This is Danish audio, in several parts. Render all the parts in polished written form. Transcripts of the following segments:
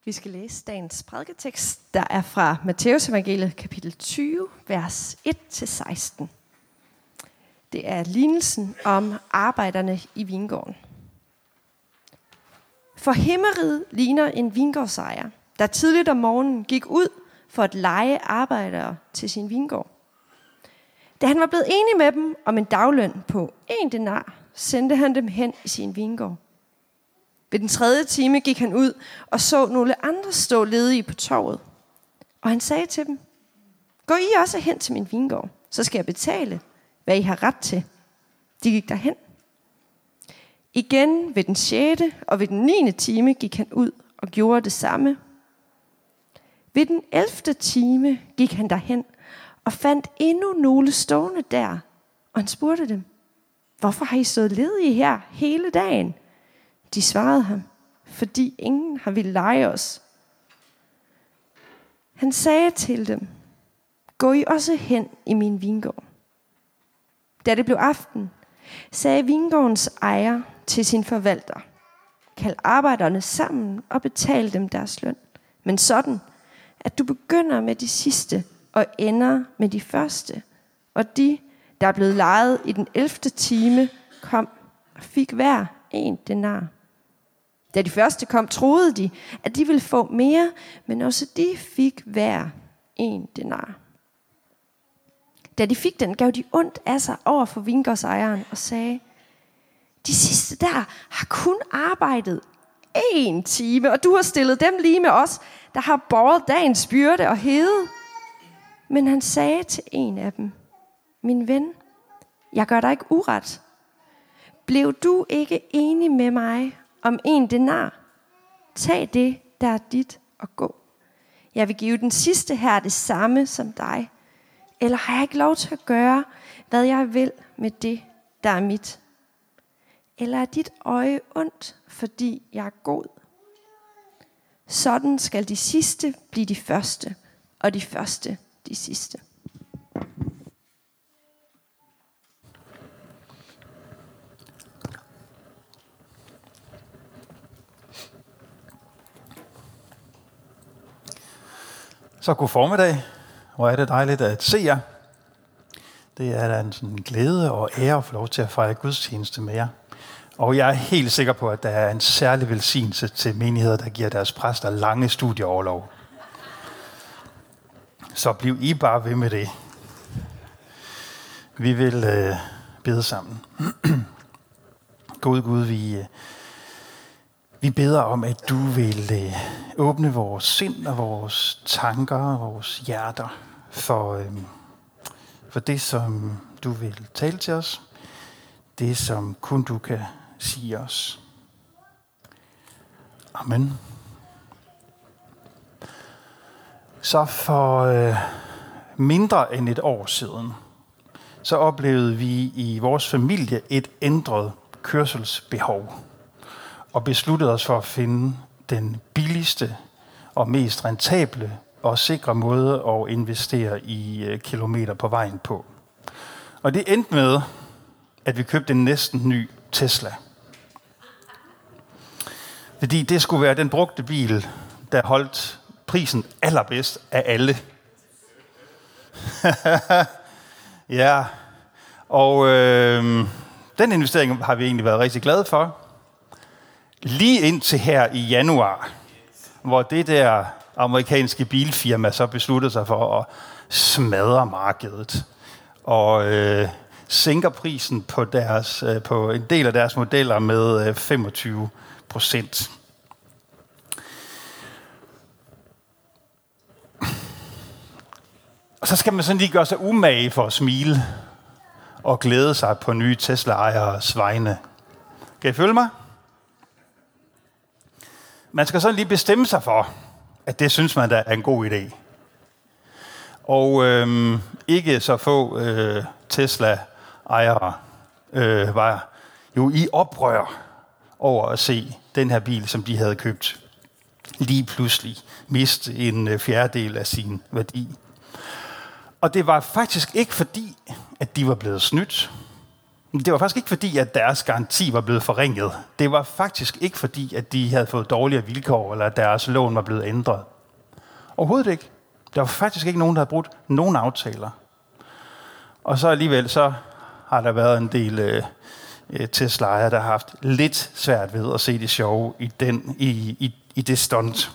Vi skal læse dagens prædiketekst, der er fra Matteus evangeliet, kapitel 20, vers 1-16. Det er lignelsen om arbejderne i vingården. For himmeriget ligner en vingårdsejer, der tidligt om morgenen gik ud for at leje arbejdere til sin vingård. Da han var blevet enig med dem om en dagløn på 1 denar, sendte han dem hen i sin vingård. Ved den 3. time gik han ud og så nogle andre stå ledige på torvet. Og han sagde til dem, gå I også hen til min vingård, så skal jeg betale, hvad I har ret til. De gik derhen. Igen ved den 6. og ved den 9. time gik han ud og gjorde det samme. Ved den 11. time gik han derhen og fandt endnu nogle stående der. Og han spurgte dem, hvorfor har I stået ledige her hele dagen? De svarede ham, fordi ingen har ville leje os. Han sagde til dem, gå I også hen i min vingård. Da det blev aften, sagde vingårdens ejer til sin forvalter, kald arbejderne sammen og betal dem deres løn. Men sådan, at du begynder med de sidste og ender med de første. Og de, der er blevet lejet i den 11. time, kom og fik hver 1 denar. Da de første kom, troede de, at de ville få mere, men også de fik hver 1 denar. Da de fik den, gav de ondt af sig over for vingårdsejeren og sagde, de sidste der har kun arbejdet 1 time, og du har stillet dem lige med os, der har båret dagens byrde og hede. Men han sagde til en af dem, min ven, jeg gør dig ikke uret. Blev du ikke enig med mig om 1 denar? Tag det, der er dit, og gå. Jeg vil give den sidste her det samme som dig. Eller har jeg ikke lov til at gøre, hvad jeg vil med det, der er mit? Eller er dit øje ondt, fordi jeg er god? Sådan skal de sidste blive de første, og de første de sidste. Så god formiddag. Hvor er det dejligt at se jer. Det er da en sådan glæde og ære at få lov til at fejre gudstjeneste med jer. Og jeg er helt sikker på, at der er en særlig velsignelse til menigheder, der giver deres præster lange studieoverlov. Så bliv I bare ved med det. Vi vil bede sammen. Gud, vi beder om, at du vil åbne vores sind og vores tanker og vores hjerter for det, som du vil tale til os. Det, som kun du kan sige os. Amen. Så for mindre end et år siden, så oplevede vi i vores familie et ændret kørselsbehov. Og besluttede os for at finde den billigste og mest rentable og sikre måde at investere i kilometer på vejen på. Og det endte med, at vi købte en næsten ny Tesla. Fordi det skulle være den brugte bil, der holdt prisen allerbedst af alle. Ja, og den investering har vi egentlig været rigtig glade for. Lige indtil her i januar, hvor det der amerikanske bilfirma så besluttede sig for at smadre markedet og sænker prisen på en del af deres modeller med 25%. Og så skal man sådan lige gøre sig umage for at smile og glæde sig på nye Tesla-ejeres vegne. Kan I følge mig? Man skal sådan lige bestemme sig for, at det synes man da er en god idé. Og ikke så få Tesla-ejere var jo i oprør over at se den her bil, som de havde købt, lige pludselig miste en fjerdedel af sin værdi. Og det var faktisk ikke fordi, at de var blevet snydt. Det var faktisk ikke fordi, at deres garanti var blevet forringet. Det var faktisk ikke fordi, at de havde fået dårligere vilkår, eller at deres lån var blevet ændret. Overhovedet ikke. Der var faktisk ikke nogen, der havde brudt nogen aftaler. Og så alligevel, så har der været en del Tesla'er, der har haft lidt svært ved at se det sjove i det stunt.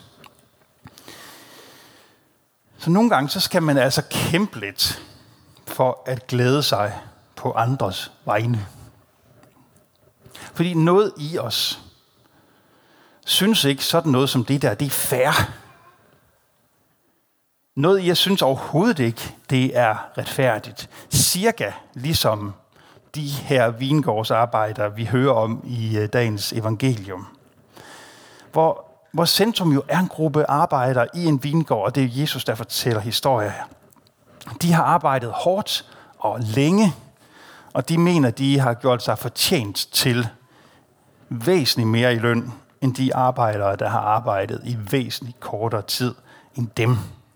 Så nogle gange, så skal man altså kæmpe lidt for at glæde sig på andres vegne. Fordi noget i os synes ikke sådan noget som det der, det er fair. Noget i os synes overhovedet ikke, det er retfærdigt. Cirka ligesom de her vingårdsarbejdere, vi hører om i dagens evangelium. Hvor centrum jo er en gruppe arbejdere i en vingård, og det er Jesus, der fortæller historier her. De har arbejdet hårdt og længe, og de mener, de har gjort sig fortjent til væsentligt mere i løn, end de arbejdere, der har arbejdet i væsentligt kortere tid end dem.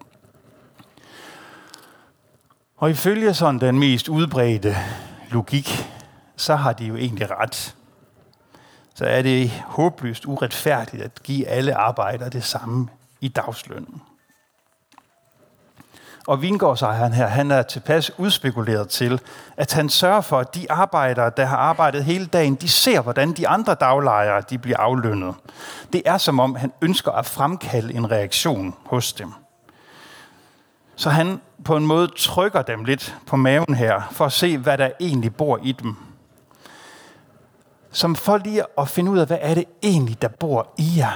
Og ifølge sådan den mest udbredte logik, så har de jo egentlig ret. Så er det håbløst uretfærdigt at give alle arbejdere det samme i dagslønnen. Og vingårdsejeren her, han er tilpas udspekuleret til, at han sørger for, at de arbejdere, der har arbejdet hele dagen, de ser, hvordan de andre daglejere de bliver aflønnet. Det er som om, han ønsker at fremkalde en reaktion hos dem. Så han på en måde trykker dem lidt på maven her, for at se, hvad der egentlig bor i dem. Som for lige at finde ud af, hvad er det egentlig, der bor i jer.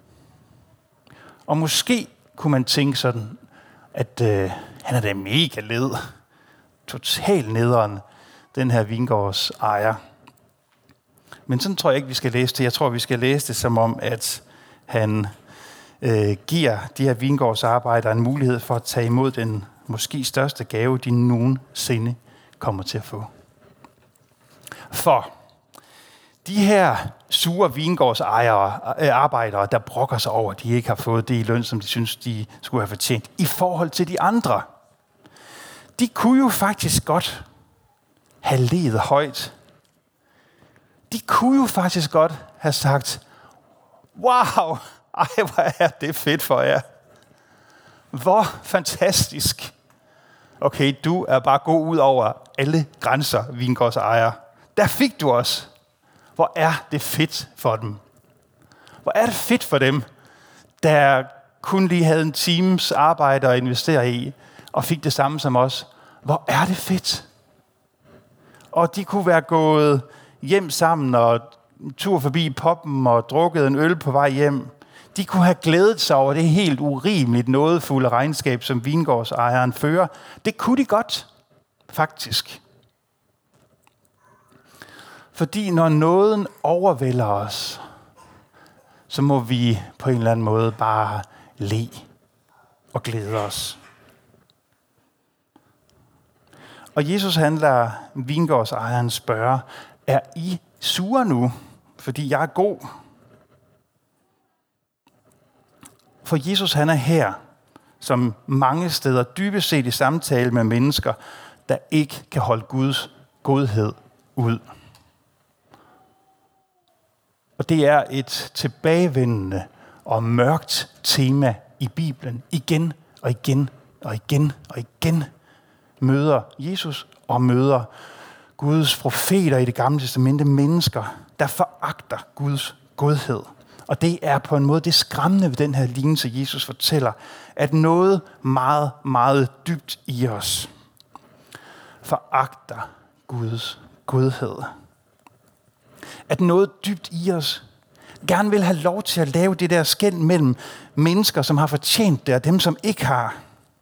Og måske kunne man tænke sådan, at han er da mega led. Total nederen, den her vingårdsejer. Men sådan tror jeg ikke, vi skal læse det. Jeg tror, vi skal læse det som om, at han giver de her vingårdsarbejdere en mulighed for at tage imod den måske største gave, de nogensinde kommer til at få. For de her sure vingårdsarbejdere, der brokker sig over, at de ikke har fået det i løn, som de synes, de skulle have fortjent, i forhold til de andre, de kunne jo faktisk godt have levet højt. De kunne jo faktisk godt have sagt, wow, ej, hvor er det fedt for jer. Hvor fantastisk. Okay, du er bare god ud over alle grænser, vingårdsejer. Der fik du os. Hvor er det fedt for dem. Hvor er det fedt for dem, der kun lige havde en times arbejde at investere i, og fik det samme som os. Hvor er det fedt. Og de kunne være gået hjem sammen og tur forbi poppen og drukket en øl på vej hjem. De kunne have glædet sig over det helt urimeligt nådefulde regnskab, som vingårdsejeren fører. Det kunne de godt, faktisk. Fordi når nåden overvælder os, så må vi på en eller anden måde bare le og glæde os. Og Jesus han lader vingårdsejeren spørge, er I sure nu, fordi jeg er god? For Jesus han er her, som mange steder dybest set i samtale med mennesker, der ikke kan holde Guds godhed ud. Og det er et tilbagevendende og mørkt tema i Bibelen. Igen og igen og igen og igen møder Jesus og møder Guds profeter i Det Gamle Testamente mennesker, der foragter Guds godhed. Og det er på en måde det skræmmende ved den her lignelse, Jesus fortæller, at noget meget, meget dybt i os foragter Guds godhed. At noget dybt i os gerne vil have lov til at lave det der skel mellem mennesker, som har fortjent det, og dem, som ikke har.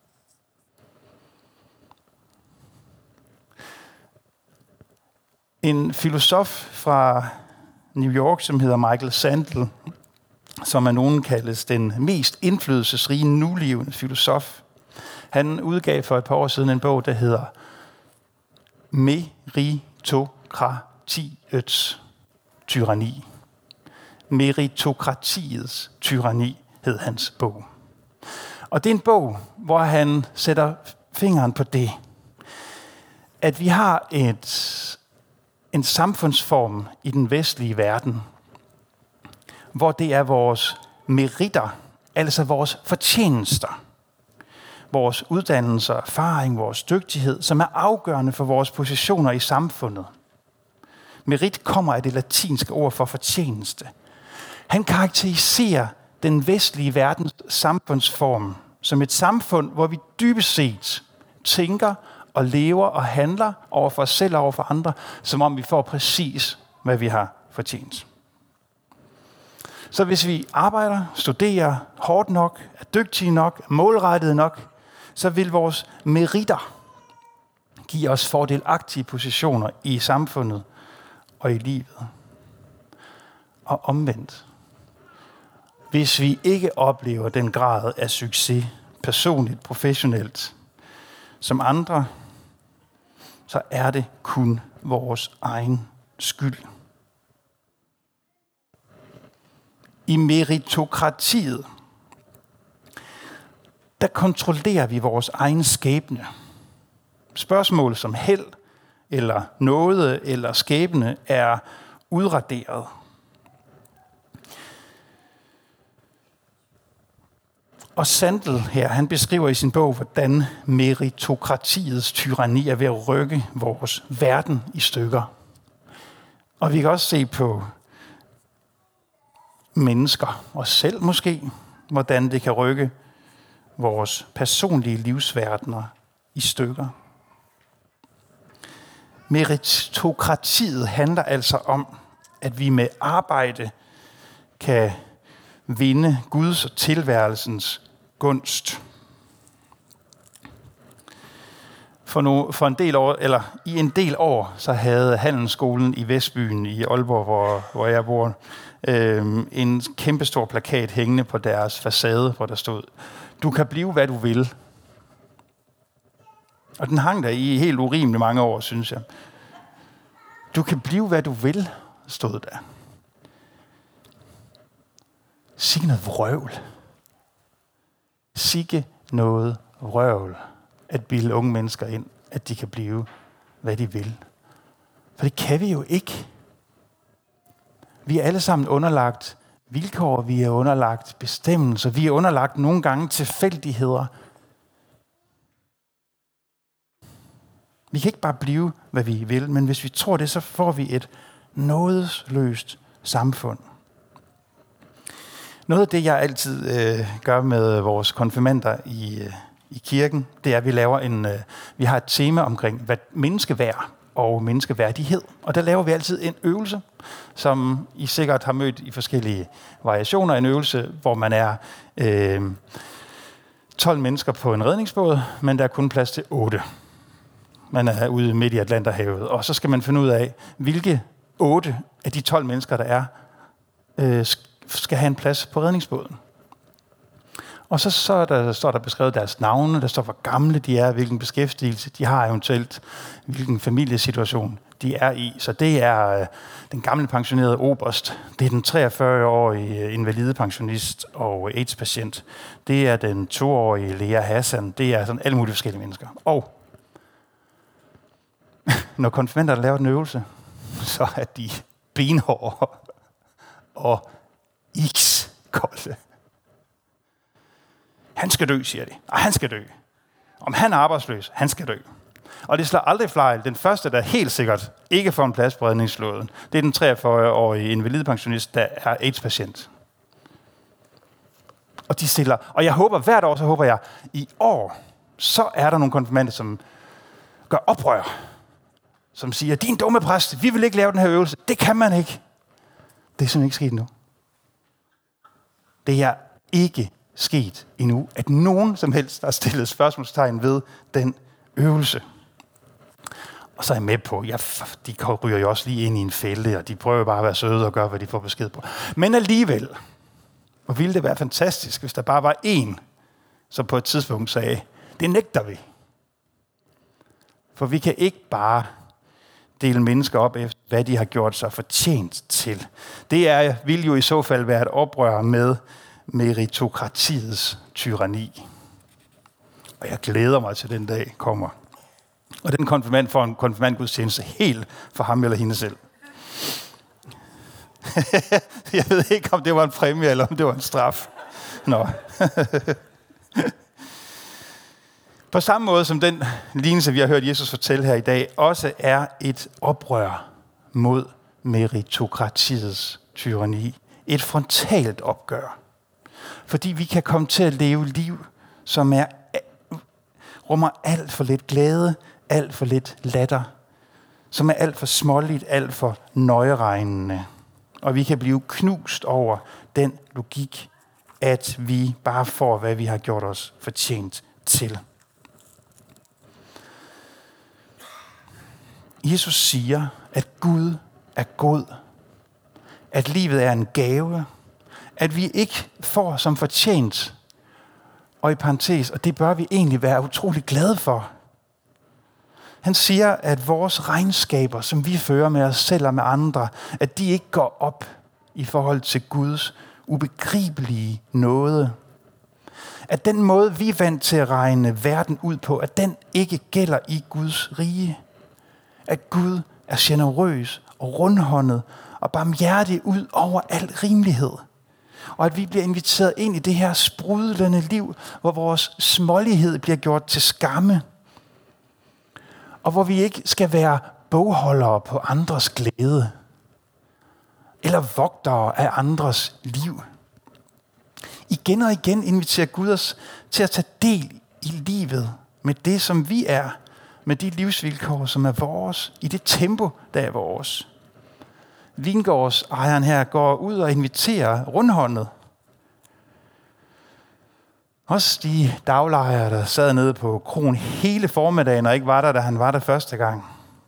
En filosof fra New York, som hedder Michael Sandel, som af nogen kaldes den mest indflydelsesrige nulevende filosof, han udgav for et par år siden en bog, der hedder Meritokratiets tyranni. Meritokratiets tyranni hed hans bog. Og det er en bog, hvor han sætter fingeren på det, at vi har et en samfundsform i den vestlige verden, hvor det er vores meritter, altså vores fortjenester, vores uddannelse, erfaring, vores dygtighed, som er afgørende for vores positioner i samfundet. Merit kommer af det latinske ord for fortjeneste. Han karakteriserer den vestlige verdens samfundsform som et samfund, hvor vi dybest set tænker og lever og handler over for os selv og over for andre, som om vi får præcis, hvad vi har fortjent. Så hvis vi arbejder, studerer hårdt nok, er dygtige nok, er målrettede nok, så vil vores meritter give os fordelagtige positioner i samfundet og i livet. Og omvendt. Hvis vi ikke oplever den grad af succes, personligt, professionelt, som andre, så er det kun vores egen skyld. I meritokratiet, der kontrollerer vi vores egen skæbne. Spørgsmål som held, eller nåde, eller skæbne er udraderet. Og Sandel her, han beskriver i sin bog, hvordan meritokratiets tyranni er ved at rykke vores verden i stykker. Og vi kan også se på mennesker, os selv måske, hvordan det kan rykke vores personlige livsverdener i stykker. Meritokratiet handler altså om, at vi med arbejde kan vinde Guds og tilværelsens gunst. For en del år, eller i en del år, så havde handelsskolen i Vestbyen i Aalborg, hvor jeg bor, en kæmpestor plakat hængende på deres facade, hvor der stod: "Du kan blive, hvad du vil." Og den hang der i helt urimeligt mange år, synes jeg. "Du kan blive, hvad du vil", stod der. Sikke noget vrøvl. Sikke noget vrøvl at bilde unge mennesker ind, at de kan blive, hvad de vil. For det kan vi jo ikke. Vi er alle sammen underlagt vilkår, vi er underlagt bestemmelser, vi er underlagt nogle gange tilfældigheder. Vi kan ikke bare blive, hvad vi vil, men hvis vi tror det, så får vi et nådesløst samfund. Noget af det, jeg altid gør med vores konfirmander i kirken, det er, at vi har et tema omkring menneskeværd og menneskeværdighed. Og der laver vi altid en øvelse, som I sikkert har mødt i forskellige variationer. En øvelse, hvor man er 12 mennesker på en redningsbåd, men der er kun plads til 8. Man er ude midt i Atlanterhavet, og så skal man finde ud af, hvilke 8 af de 12 mennesker, der er, skal have en plads på redningsbåden. Og så står der beskrevet deres navne, der står, hvor gamle de er, hvilken beskæftigelse de har eventuelt, hvilken familiesituation de er i. Så det er den gamle pensionerede oberst, det er den 43-årige invalidepensionist og AIDS-patient, det er den 2-årige Lea Hassan, det er sådan alle mulige forskellige mennesker. Og når konfirmanderne laver den øvelse, så er de benhårde og iskolde. Han skal dø, siger de. Og han skal dø. Om han er arbejdsløs, han skal dø. Og det slår aldrig fejl. Den første, der helt sikkert ikke får en plads på redningsflåden, det er den 43-årige invalidepensionist, der er AIDS-patient. Og de stiller, og jeg håber hvert år, så håber jeg, i år, så er der nogle konfirmander, som gør oprør, som siger, din dumme præst, vi vil ikke lave den her øvelse. Det kan man ikke. Det er sådan ikke sket endnu. Det er ikke sket endnu, at nogen som helst har stillet spørgsmålstegn ved den øvelse. Og så er jeg med på, de ryger jo også lige ind i en fælde, og de prøver bare at være søde og gøre, hvad de får besked på. Men alligevel, hvor ville det være fantastisk, hvis der bare var en, som på et tidspunkt sagde, det nægter vi. For vi kan ikke bare dele mennesker op efter, hvad de har gjort sig fortjent til. Det vil jo i så fald være et oprør med meritokratiets tyranni. Og jeg glæder mig til den dag kommer. Og den konfirmand får en konfirmandgudstjeneste helt for ham eller hende selv. Jeg ved ikke, om det var en præmie, eller om det var en straf. Nå. På samme måde som den lignelse, vi har hørt Jesus fortælle her i dag, også er et oprør mod meritokratiets tyranni. Et frontalt opgør. Fordi vi kan komme til at leve liv, som rummer alt for lidt glæde, alt for lidt latter, som er alt for småligt, alt for nøjeregnende. Og vi kan blive knust over den logik, at vi bare får, hvad vi har gjort os fortjent til. Jesus siger, at Gud er god, at livet er en gave, at vi ikke får som fortjent, og i parentes, og det bør vi egentlig være utrolig glade for. Han siger, at vores regnskaber, som vi fører med os selv og med andre, at de ikke går op i forhold til Guds ubegribelige nåde. At den måde, vi er vant til at regne verden ud på, at den ikke gælder i Guds rige. At Gud er generøs og rundhåndet og barmhjertig ud over al rimelighed. Og at vi bliver inviteret ind i det her sprudlende liv, hvor vores smålighed bliver gjort til skamme. Og hvor vi ikke skal være bogholdere på andres glæde. Eller vogtere af andres liv. Igen og igen inviterer Gud os til at tage del i livet med det, som vi er. Med de livsvilkår, som er vores. I det tempo, der er vores. Vingårdsejeren her går ud og inviterer rundhåndet. Også de daglejere, der sad nede på kroen hele formiddagen og ikke var der, da han var der første gang.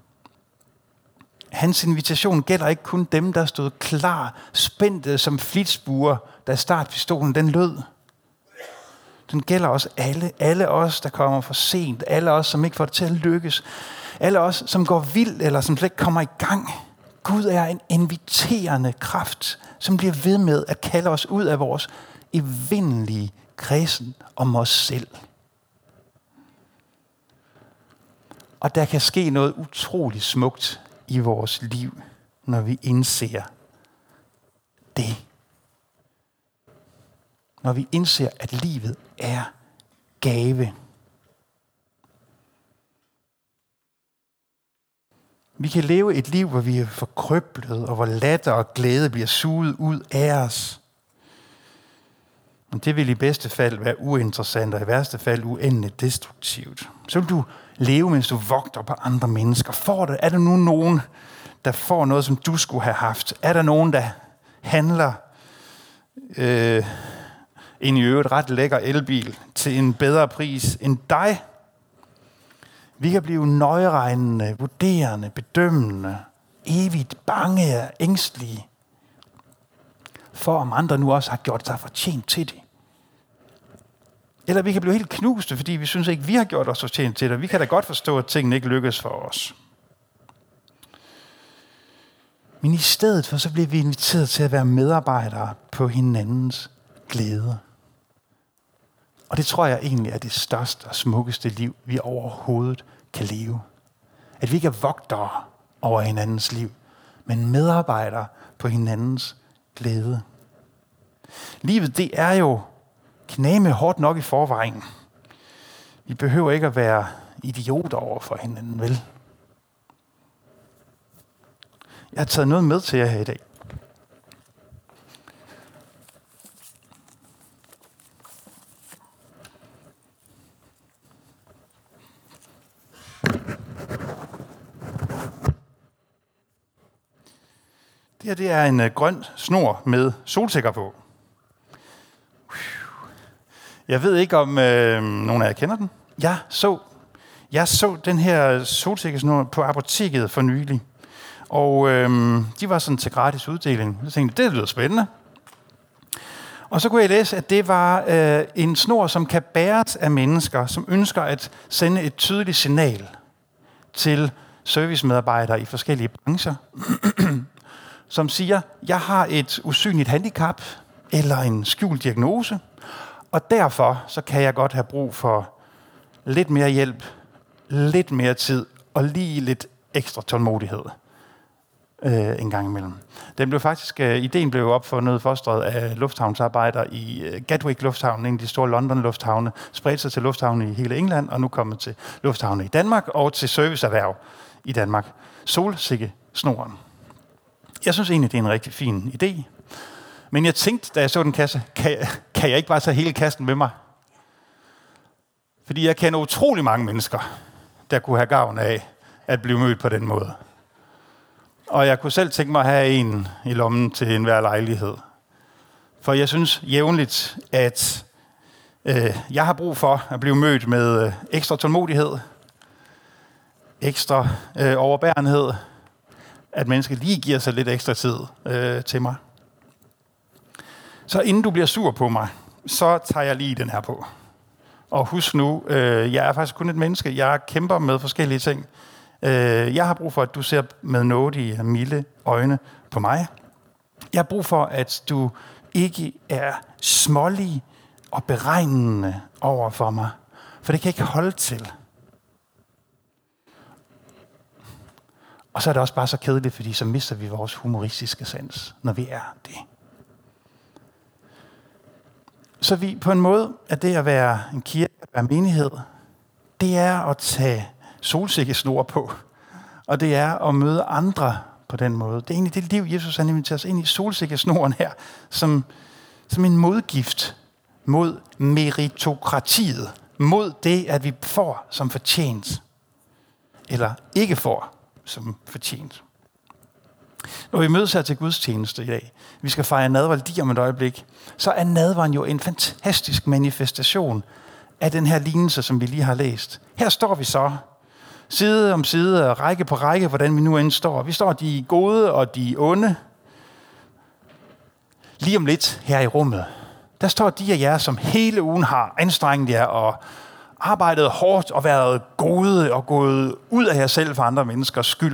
Hans invitation gælder ikke kun dem, der stod klar, spændte som flitsbuer, da startpistolen den lød. Den gælder også alle os, der kommer for sent, alle os, som ikke får det til at lykkes, alle os, som går vildt eller som slet ikke kommer i gang. Gud er en inviterende kraft, som bliver ved med at kalde os ud af vores evindelige kredsen om os selv. Og der kan ske noget utroligt smukt i vores liv, når vi indser det. Når vi indser, at livet er gave. Vi kan leve et liv, hvor vi er forkrøblet, og hvor latter og glæde bliver suget ud af os. Men det vil i bedste fald være uinteressant, og i værste fald uendeligt destruktivt. Så vil du leve, mens du vogter på andre mennesker. Er der nu nogen, der får noget, som du skulle have haft? Er der nogen, der handler en i øvrigt ret lækker elbil til en bedre pris end dig? Vi kan blive nøjeregnende, vurderende, bedømmende, evigt bange og ængstelige, for om andre nu også har gjort sig fortjent til det. Eller vi kan blive helt knuste, fordi vi synes ikke, vi har gjort os fortjent til det. Vi kan da godt forstå, at tingene ikke lykkes for os. Men i stedet for, så bliver vi inviteret til at være medarbejdere på hinandens glæde. Og det tror jeg egentlig er det største og smukkeste liv, vi overhovedet kan leve. At vi ikke er vogtere over hinandens liv, men medarbejdere på hinandens glæde. Livet, det er jo knæme hårdt nok i forvejen. Vi behøver ikke at være idioter over for hinanden, vel? Jeg har taget noget med til jer her i dag. Det er en grøn snor med solsikker på. Jeg ved ikke, om nogen af jer kender den. Jeg så den her solsikkesnor på apoteket for nylig. Og de var sådan til gratis uddeling. Jeg tænkte, det lyder spændende. Og så kunne jeg læse, at det var en snor, som kan bæres af mennesker, som ønsker at sende et tydeligt signal til servicemedarbejdere i forskellige brancher, som siger, jeg har et usynligt handicap eller en skjult diagnose, og derfor så kan jeg godt have brug for lidt mere hjælp, lidt mere tid og lige lidt ekstra tålmodighed en gang imellem. Ideen blev opfundet fostret af lufthavnsarbejdere i Gatwick Lufthavn, en af de store London-lufthavne, spredte sig til lufthavne i hele England, og nu kommet til lufthavne i Danmark og til serviceerhverv i Danmark. Solsikkesnoren. Jeg synes egentlig, det er en rigtig fin idé. Men jeg tænkte, da jeg så den kasse, kan jeg ikke bare tage hele kassen med mig? Fordi jeg kender utrolig mange mennesker, der kunne have gavn af at blive mødt på den måde. Og jeg kunne selv tænke mig at have en i lommen til enhver lejlighed. For jeg synes jævnligt, at jeg har brug for at blive mødt med ekstra tålmodighed, ekstra overbærenhed, at mennesket lige giver sig lidt ekstra tid til mig. Så inden du bliver sur på mig, så tager jeg lige den her på. Og husk nu, jeg er faktisk kun et menneske. Jeg kæmper med forskellige ting. Jeg har brug for, at du ser med nådige, milde øjne på mig. Jeg har brug for, at du ikke er smålig og beregnende over for mig. For det kan ikke holde til. Og så er det også bare så kedeligt, fordi så mister vi vores humoristiske sans, når vi er det. Så vi på en måde, at det at være en kirke, at være menighed, det er at tage solsikkesnor på. Og det er at møde andre på den måde. Det er egentlig det liv, Jesus har inviteret os ind i solsikkesnoren her, som en modgift mod meritokratiet. Mod det, at vi får som fortjent. Eller ikke får som fortjent. Når vi mødes her til gudstjeneste i dag, vi skal fejre nadver lige om et øjeblik, så er nadveren jo en fantastisk manifestation af den her lignelse, som vi lige har læst. Her står vi så, side om side, række på række, hvordan vi nu end står. Vi står de gode og de onde. Lige om lidt her i rummet, der står de af jer, som hele ugen har anstrengt jer og arbejdet hårdt og været gode og gået ud af jer selv for andre menneskers skyld.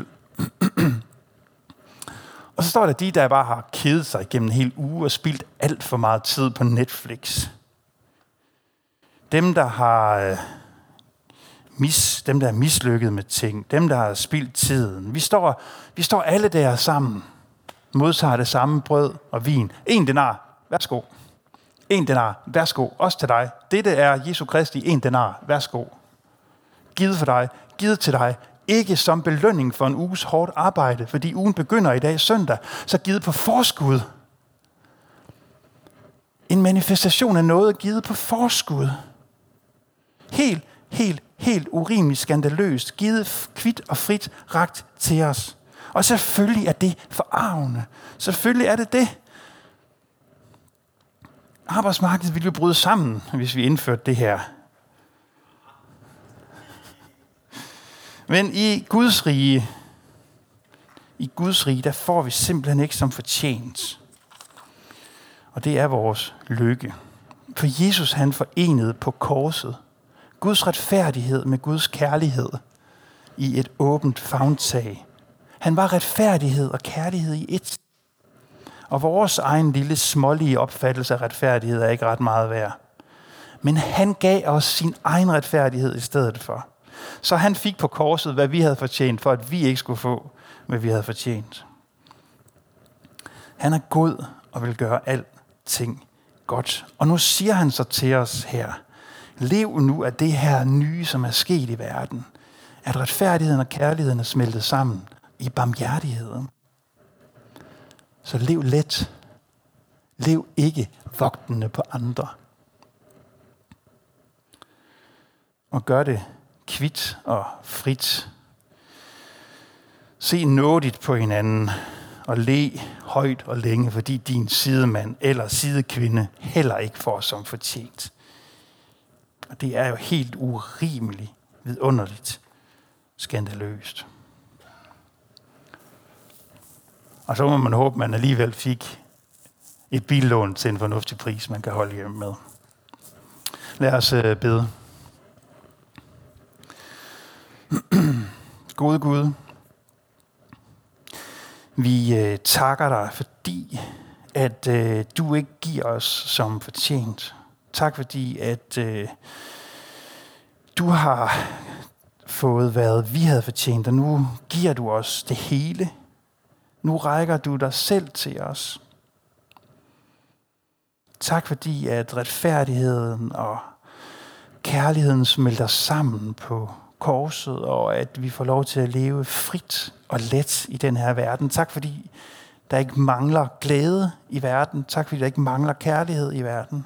Og så står der de, der bare har kedet sig gennem en hel uge og spildt alt for meget tid på Netflix. Dem, der er mislykket med ting. Dem, der har spildt tiden. Vi står alle der sammen. Modtager det samme brød og vin. 1 denar, værsgo. 1 denar, værsgo. Også til dig. Dette er Jesu Kristi 1 denar, værsgo. Givet for dig, givet til dig. Ikke som belønning for en uges hårdt arbejde, fordi ugen begynder i dag søndag, så givet på forskud. En manifestation af noget givet på forskud. Helt urimeligt skandaløst, givet kvit og frit rakt til os. Og selvfølgelig er det forarvende. Selvfølgelig er det det. Arbejdsmarkedet ville jo bryde sammen, hvis vi indførte det her. Men i Guds rige, der får vi simpelthen ikke som fortjent. Og det er vores lykke. For Jesus han forenede på korset Guds retfærdighed med Guds kærlighed i et åbent favntag. Han var retfærdighed og kærlighed i ét. Og vores egen lille smålige opfattelse af retfærdighed er ikke ret meget værd. Men han gav os sin egen retfærdighed i stedet for. Så han fik på korset, hvad vi havde fortjent, for at vi ikke skulle få, hvad vi havde fortjent. Han er god og vil gøre alting godt. Og nu siger han så til os her, lev nu af det her nye, som er sket i verden. At retfærdigheden og kærligheden er smeltet sammen i barmhjertigheden. Så lev let. Lev ikke vogtende på andre. Og gør det kvit og frit. Se nådigt på hinanden og le højt og længe, fordi din sidemand eller sidekvinde heller ikke får som fortjent. Og det er jo helt urimeligt, vidunderligt, skandaløst. Og så må man håbe, at man alligevel fik et billån til en fornuftig pris, man kan holde hjemme med. Lad os bede. Gode Gud, vi takker dig, fordi at du ikke giver os som fortjent. Tak fordi at du har fået, hvad vi havde fortjent, og nu giver du os det hele. Nu rækker du dig selv til os. Tak fordi, at retfærdigheden og kærligheden smelter sammen på korset, og at vi får lov til at leve frit og let i den her verden. Tak fordi, der ikke mangler glæde i verden. Tak fordi, der ikke mangler kærlighed i verden.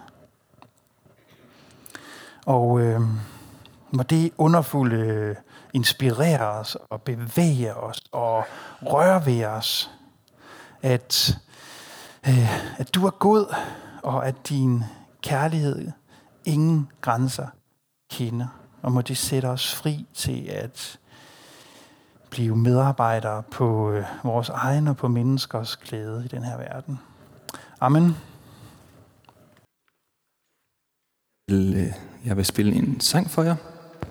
Og må det underfulde inspirere os og bevæge os og røre ved os, at du er god, og at din kærlighed ingen grænser kender. Og må det sætte os fri til at blive medarbejdere på vores egen og på menneskers glæde i den her verden. Amen. Jeg vil spille en sang for jer.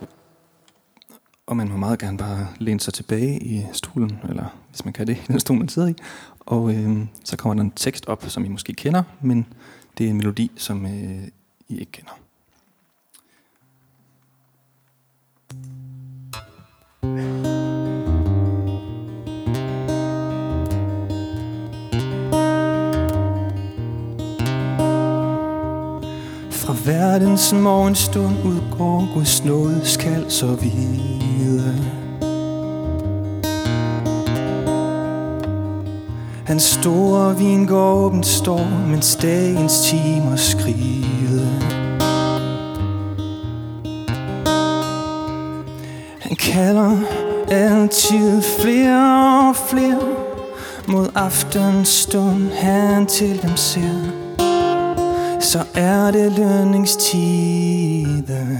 Og man må meget gerne bare læne sig tilbage i stolen, eller hvis man kan det, i den stol, man sidder i. Og så kommer der en tekst op, som I måske kender, men det er en melodi, som I ikke kender. Fra verdens morgenstund udgår Guds nådes kald så vide. Hans store vingåben står, mens dagens timer skride. Han kalder altid flere og flere. Mod aftenstund han til dem ser. Så er det lønningstide.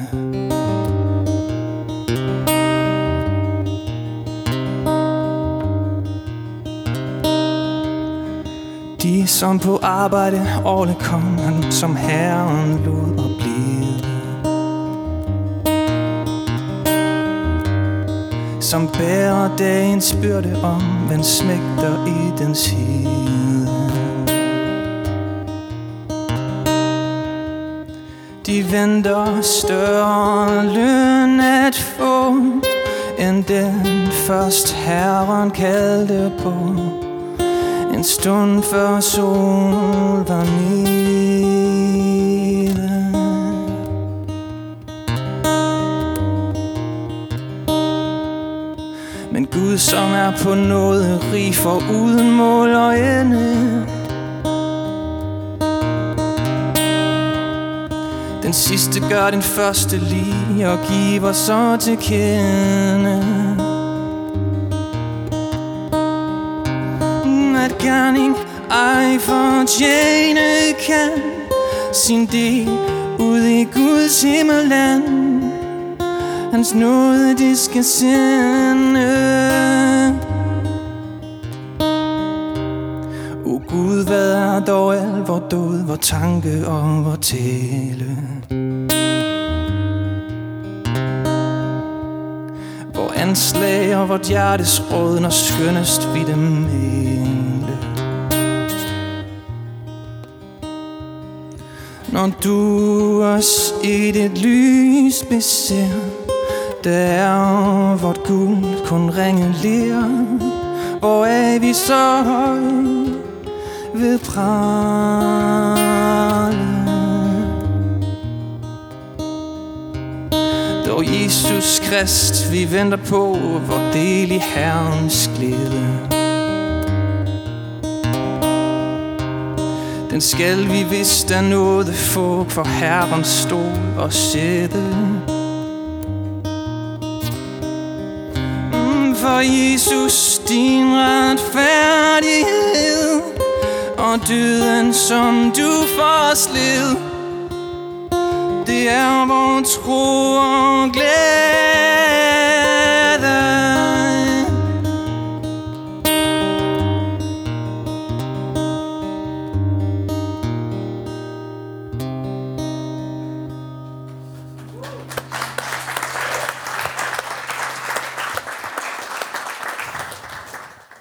De som på arbejde årligt kom, han som Herren lod og blive. Som bærer dagens byrde om, men smægter i dens hede. De venter større løn at få, end den først Herren kaldte på. En stund før sol var nede. Men Gud, som er på noget rig for uden mål og ende. Den sidste gør den første lige og giver så til kende. At gerning ej fortjene kan sin del ud i Guds himmelland. Hans nåde det skal sende. O Gud, hvad er dog al vor død, vor tanke og vor tale. Vor anslag og vort hjertes råd, når skønnest vi dem mæle. Når du os i dit lys beser, der er vort guld kun ringe ler, hvoraf vi så ved prale. Dog Jesus Krist vi venter på, vor del i Herrens glæde. Den skal vi vist af nåde få, for Herrens stol og sætte. For Jesus din retfærdighed, og døden som du forsled, det er vor tro og glæde.